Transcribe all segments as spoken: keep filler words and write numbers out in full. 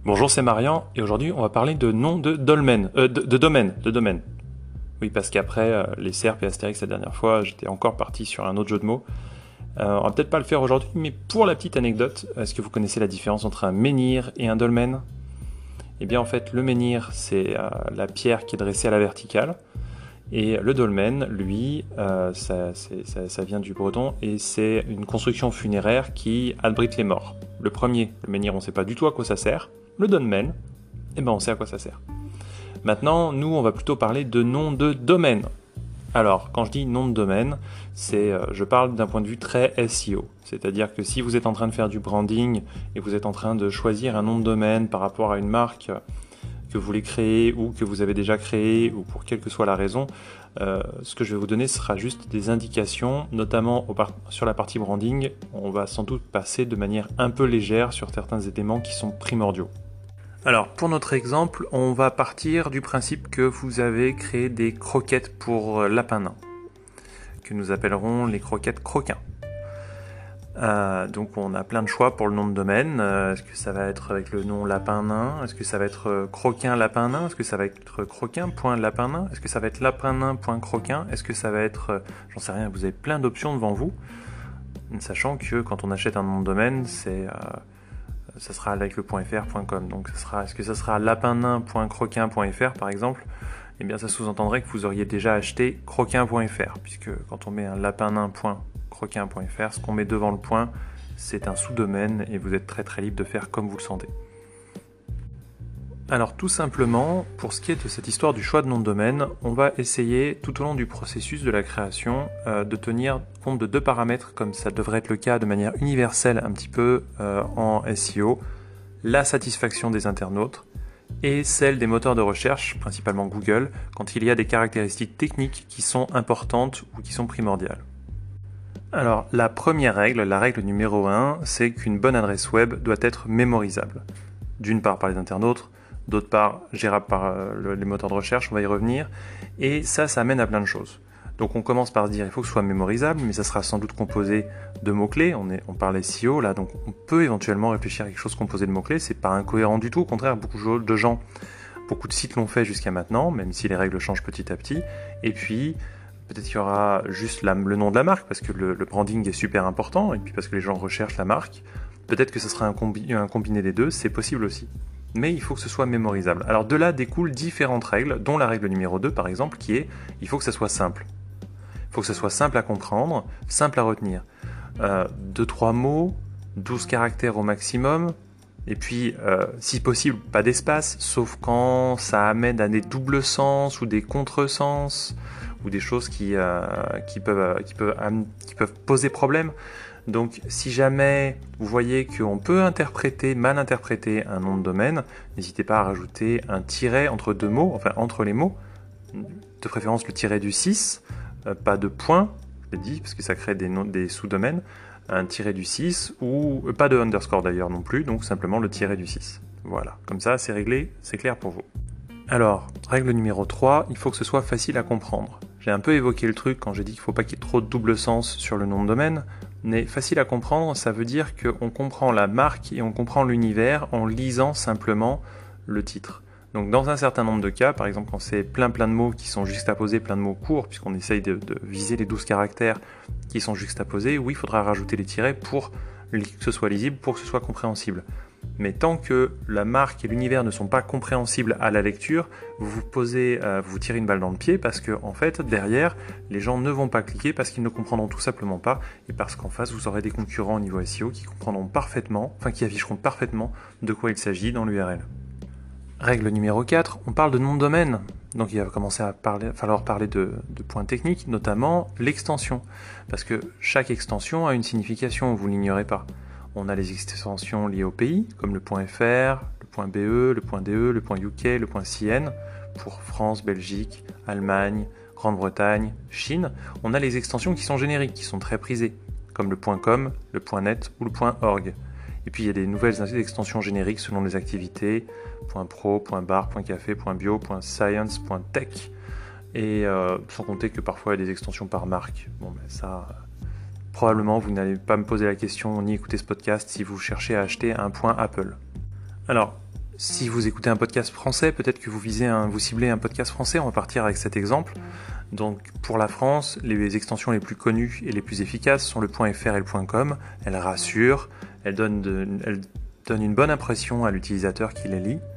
Bonjour, c'est Marian et aujourd'hui on va parler de nom de dolmen, euh, de, de domaine, de domaine. Oui, parce qu'après euh, les Serpes et Astérix la dernière fois, j'étais encore parti sur un autre jeu de mots. Euh, on va peut-être pas le faire aujourd'hui, mais pour la petite anecdote, est-ce que vous connaissez la différence entre un menhir et un dolmen ? Eh bien en fait, le menhir c'est euh, la pierre qui est dressée à la verticale, et le dolmen, lui, euh, ça, ça, ça vient du breton et c'est une construction funéraire qui abrite les morts. Le premier, le menhir, on ne sait pas du tout à quoi ça sert. Le dolmen, eh ben on sait à quoi ça sert. Maintenant, nous, on va plutôt parler de nom de domaine. Alors, quand je dis nom de domaine, c'est, euh, je parle d'un point de vue très S E O. C'est-à-dire que si vous êtes en train de faire du branding et vous êtes en train de choisir un nom de domaine par rapport à une marque que vous voulez créer ou que vous avez déjà créé ou pour quelle que soit la raison, euh, ce que je vais vous donner sera juste des indications, notamment au par- sur la partie branding. On va sans doute passer de manière un peu légère sur certains éléments qui sont primordiaux. Alors, pour notre exemple, on va partir du principe que vous avez créé des croquettes pour lapin nain, que nous appellerons les croquettes croquins. Euh, donc on a plein de choix pour le nom de domaine. Euh, est-ce que ça va être avec le nom lapin nain ? Est-ce que ça va être euh, croquin lapin nain ? Est-ce que ça va être croquin.lapin nain ? Est-ce que ça va être lapinnain.croquin ? Est-ce que ça va être... Euh, j'en sais rien, vous avez plein d'options devant vous, sachant que quand on achète un nom de domaine, c'est... Euh, ça sera avec le .fr, .com. Donc ça sera, est-ce que ça sera lapinnain.croquin.fr par exemple ? Eh bien ça sous-entendrait que vous auriez déjà acheté croquin.fr, puisque quand on met un lapinnain.croquin.fr, ce qu'on met devant le point, c'est un sous-domaine et vous êtes très très libre de faire comme vous le sentez. Alors tout simplement, pour ce qui est de cette histoire du choix de nom de domaine, on va essayer tout au long du processus de la création euh, de tenir compte de deux paramètres comme ça devrait être le cas de manière universelle un petit peu euh, en S E O, la satisfaction des internautes et celle des moteurs de recherche, principalement Google, quand il y a des caractéristiques techniques qui sont importantes ou qui sont primordiales. Alors la première règle, la règle numéro un, c'est qu'une bonne adresse web doit être mémorisable. D'une part par les internautes, d'autre part gérable par euh, les moteurs de recherche, on va y revenir, et ça, ça amène à plein de choses. Donc on commence par se dire il faut que ce soit mémorisable, mais ça sera sans doute composé de mots-clés, on, est, on parle S E O là, donc on peut éventuellement réfléchir à quelque chose composé de mots-clés, c'est pas incohérent du tout, au contraire, beaucoup de gens, beaucoup de sites l'ont fait jusqu'à maintenant, même si les règles changent petit à petit, et puis peut-être qu'il y aura juste la, le nom de la marque, parce que le, le branding est super important, et puis parce que les gens recherchent la marque, peut-être que ce sera un, combi, un combiné des deux, c'est possible aussi. Mais il faut que ce soit mémorisable. Alors de là découlent différentes règles, dont la règle numéro deux par exemple, qui est il faut que ça soit simple. Il faut que ça soit simple à comprendre, simple à retenir. Euh, deux trois mots, douze caractères au maximum, et puis euh, si possible pas d'espace, sauf quand ça amène à des doubles sens ou des contresens, ou des choses qui, euh, qui, peuvent, qui, peuvent, qui peuvent poser problème. Donc si jamais vous voyez qu'on peut interpréter, mal interpréter un nom de domaine, n'hésitez pas à rajouter un tiret entre deux mots, enfin entre les mots, de préférence le tiret du six, euh, pas de point, je l'ai dit, parce que ça crée des, noms, des sous-domaines, un tiret du six, ou euh, pas de underscore d'ailleurs non plus, donc simplement le tiret du six. Voilà, comme ça c'est réglé, c'est clair pour vous. Alors, règle numéro trois, il faut que ce soit facile à comprendre. J'ai un peu évoqué le truc quand j'ai dit qu'il ne faut pas qu'il y ait trop de double sens sur le nom de domaine, mais facile à comprendre, ça veut dire qu'on comprend la marque et on comprend l'univers en lisant simplement le titre. Donc dans un certain nombre de cas, par exemple quand c'est plein plein de mots qui sont juxtaposés, plein de mots courts, puisqu'on essaye de, de viser les douze caractères qui sont juxtaposés, oui, il faudra rajouter les tirets pour que ce soit lisible, pour que ce soit compréhensible. Mais tant que la marque et l'univers ne sont pas compréhensibles à la lecture, vous vous posez, euh, vous tirez une balle dans le pied parce que en fait derrière les gens ne vont pas cliquer parce qu'ils ne comprendront tout simplement pas et parce qu'en face vous aurez des concurrents au niveau S E O qui comprendront parfaitement, enfin qui afficheront parfaitement de quoi il s'agit dans l'U R L. Règle numéro quatre, on parle de nom de domaine. Donc il va commencer à parler, falloir parler de, de points techniques, notamment l'extension, parce que chaque extension a une signification, vous l'ignorez pas. On a les extensions liées au pays, comme le .fr, le .be, le .de, le .uk, le .cn, pour France, Belgique, Allemagne, Grande-Bretagne, Chine. On a les extensions qui sont génériques, qui sont très prisées, comme le .com, le .net ou le .org. Et puis il y a des nouvelles extensions génériques selon les activités, .pro, .bar, .café, .bio, .science, .tech. Et euh, sans compter que parfois il y a des extensions par marque. Bon ben ça... Probablement, vous n'allez pas me poser la question ni écouter ce podcast si vous cherchez à acheter un point Apple. Alors, Si vous écoutez un podcast français, peut-être que vous visez un, vous ciblez un podcast français, on va partir avec cet exemple. Donc pour la France, les extensions les plus connues et les plus efficaces sont le .fr et le .com. Elles rassurent, elles donnent, de, elles donnent une bonne impression à l'utilisateur qui les lit.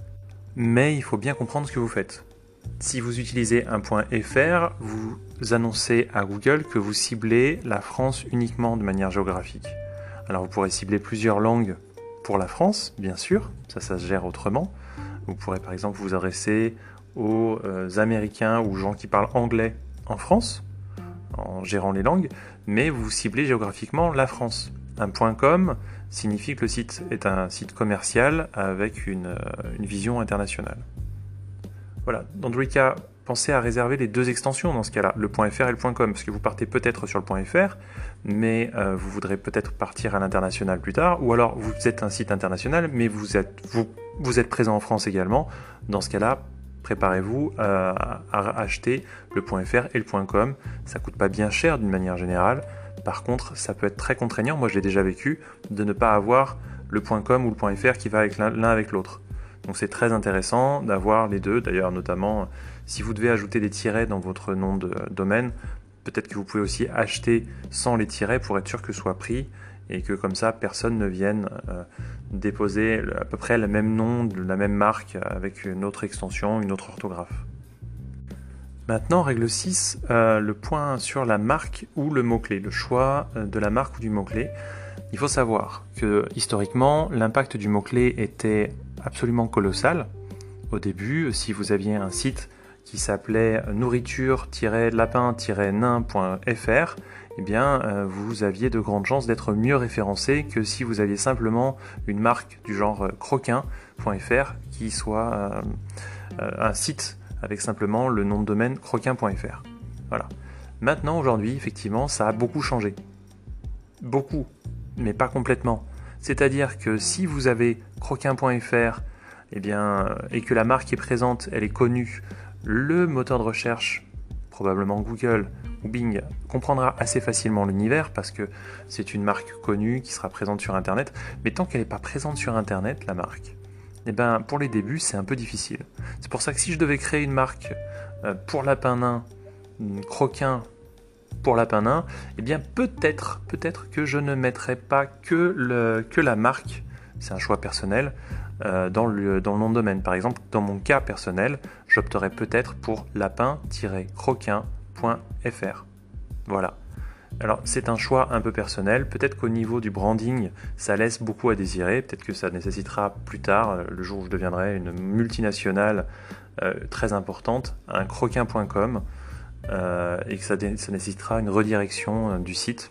Mais il faut bien comprendre ce que vous faites. Si vous utilisez un .fr, vous annoncez à Google que vous ciblez la France uniquement de manière géographique. Alors vous pourrez cibler plusieurs langues pour la France, bien sûr, ça, ça se gère autrement. Vous pourrez par exemple vous adresser aux euh, Américains ou aux gens qui parlent anglais en France, en gérant les langues, mais vous ciblez géographiquement la France. Un .com signifie que le site est un site commercial avec une, euh, une vision internationale. Voilà, dans tous les cas, pensez à réserver les deux extensions dans ce cas-là, le .fr et le .com, parce que vous partez peut-être sur le .fr, mais euh, vous voudrez peut-être partir à l'international plus tard, ou alors vous êtes un site international, mais vous êtes, vous, vous êtes présent en France également. Dans ce cas-là, préparez-vous euh, à acheter le .fr et le .com. Ça coûte pas bien cher d'une manière générale. Par contre, ça peut être très contraignant, moi je l'ai déjà vécu, de ne pas avoir le .com ou le .fr qui va avec l'un, l'un avec l'autre. Donc c'est très intéressant d'avoir les deux, d'ailleurs notamment si vous devez ajouter des tirets dans votre nom de domaine, peut-être que vous pouvez aussi acheter sans les tirets pour être sûr que ce soit pris et que comme ça personne ne vienne euh, déposer à peu près le même nom, la même marque avec une autre extension, une autre orthographe. Maintenant, règle six, euh, le point sur la marque ou le mot-clé, le choix de la marque ou du mot-clé. Il faut savoir que historiquement, l'impact du mot-clé était absolument colossal. Au début, si vous aviez un site qui s'appelait nourriture-lapin-nain point f r, eh bien, euh, vous aviez de grandes chances d'être mieux référencé que si vous aviez simplement une marque du genre euh, croquin point f r qui soit euh, euh, un site avec simplement le nom de domaine croquin point f r. Voilà. Maintenant, aujourd'hui, effectivement, ça a beaucoup changé. Beaucoup, mais pas complètement. C'est-à-dire que si vous avez croquin point f r eh bien, et que la marque est présente, elle est connue, le moteur de recherche, probablement Google ou Bing, comprendra assez facilement l'univers parce que c'est une marque connue qui sera présente sur Internet. Mais tant qu'elle n'est pas présente sur Internet, la marque, eh ben, pour les débuts, c'est un peu difficile. C'est pour ça que si je devais créer une marque pour lapin nain, croquin pour lapin nain, eh bien peut-être, peut-être que je ne mettrais pas que, le, que la marque, c'est un choix personnel, euh, dans, le, dans le nom de domaine. Par exemple, dans mon cas personnel, j'opterais peut-être pour lapin-croquin point f r. Voilà. Alors c'est un choix un peu personnel, peut-être qu'au niveau du branding, ça laisse beaucoup à désirer, peut-être que ça nécessitera plus tard, le jour où je deviendrai une multinationale euh, très importante, un croquin point com, euh, et que ça, ça nécessitera une redirection euh, du site,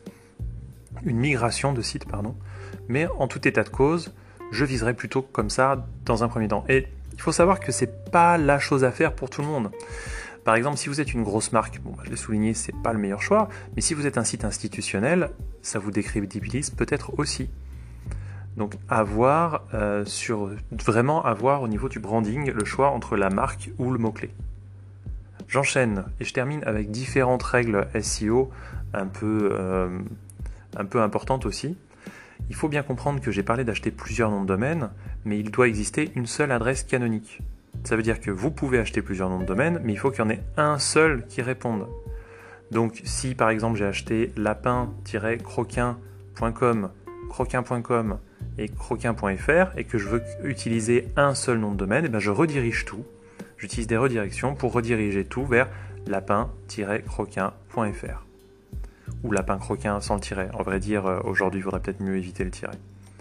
une migration de site, pardon. Mais en tout état de cause, je viserai plutôt comme ça dans un premier temps. Et il faut savoir que c'est pas la chose à faire pour tout le monde. Par exemple, si vous êtes une grosse marque, bon, bah, je l'ai souligné, c'est pas le meilleur choix, mais si vous êtes un site institutionnel, ça vous décrédibilise peut-être aussi. Donc, avoir euh, sur vraiment avoir au niveau du branding le choix entre la marque ou le mot-clé. J'enchaîne et je termine avec différentes règles S E O un peu, euh, un peu importantes aussi. Il faut bien comprendre que j'ai parlé d'acheter plusieurs noms de domaine, mais il doit exister une seule adresse canonique. Ça veut dire que vous pouvez acheter plusieurs noms de domaine, mais il faut qu'il y en ait un seul qui réponde. Donc si par exemple j'ai acheté lapin-croquin point com, croquin point com et croquin point f r et que je veux utiliser un seul nom de domaine, et bien je redirige tout. J'utilise des redirections pour rediriger tout vers lapin-croquin point f r. Ou lapin croquin sans le tiret. En vrai dire, aujourd'hui, il faudrait peut-être mieux éviter le tiret.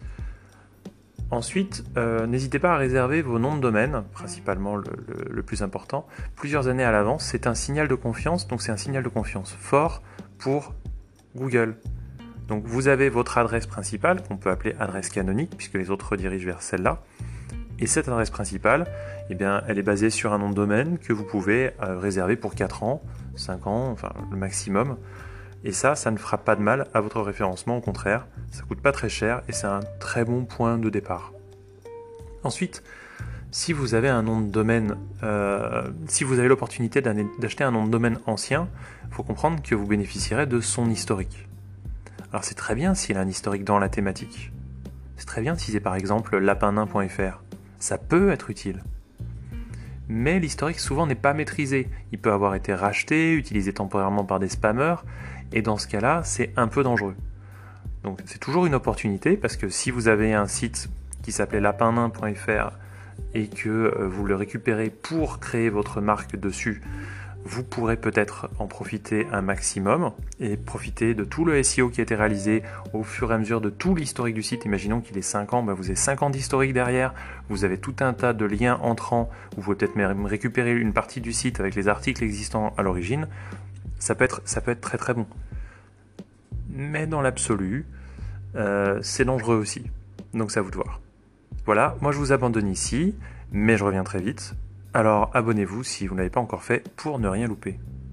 Ensuite, euh, n'hésitez pas à réserver vos noms de domaine, principalement le, le, le plus important, plusieurs années à l'avance. C'est un signal de confiance, donc c'est un signal de confiance fort pour Google. Donc vous avez votre adresse principale, qu'on peut appeler adresse canonique, puisque les autres redirigent vers celle-là. Et cette adresse principale, eh bien, elle est basée sur un nom de domaine que vous pouvez euh, réserver pour quatre ans, cinq ans, enfin le maximum. Et ça, ça ne fera pas de mal à votre référencement, au contraire, ça coûte pas très cher et c'est un très bon point de départ. Ensuite, si vous avez un nom de domaine, euh, si vous avez l'opportunité d'acheter un nom de domaine ancien, il faut comprendre que vous bénéficierez de son historique. Alors c'est très bien s'il a un historique dans la thématique. C'est très bien si c'est par exemple lapin nain point f r. Ça peut être utile. Mais l'historique souvent n'est pas maîtrisé. Il peut avoir été racheté, utilisé temporairement par des spammers, et dans ce cas-là, c'est un peu dangereux. Donc c'est toujours une opportunité, parce que si vous avez un site qui s'appelait lapin nain point f r et que vous le récupérez pour créer votre marque dessus, vous pourrez peut-être en profiter un maximum et profiter de tout le S E O qui a été réalisé au fur et à mesure de tout l'historique du site. Imaginons qu'il ait cinq ans, bah vous avez cinq ans d'historique derrière, vous avez tout un tas de liens entrants, vous pouvez peut-être même récupérer une partie du site avec les articles existants à l'origine. Ça peut être, ça peut être très très bon. Mais dans l'absolu, euh, c'est dangereux aussi. Donc c'est à vous de voir. Voilà, moi je vous abandonne ici, mais je reviens très vite. Alors abonnez-vous si vous ne l'avez pas encore fait pour ne rien louper.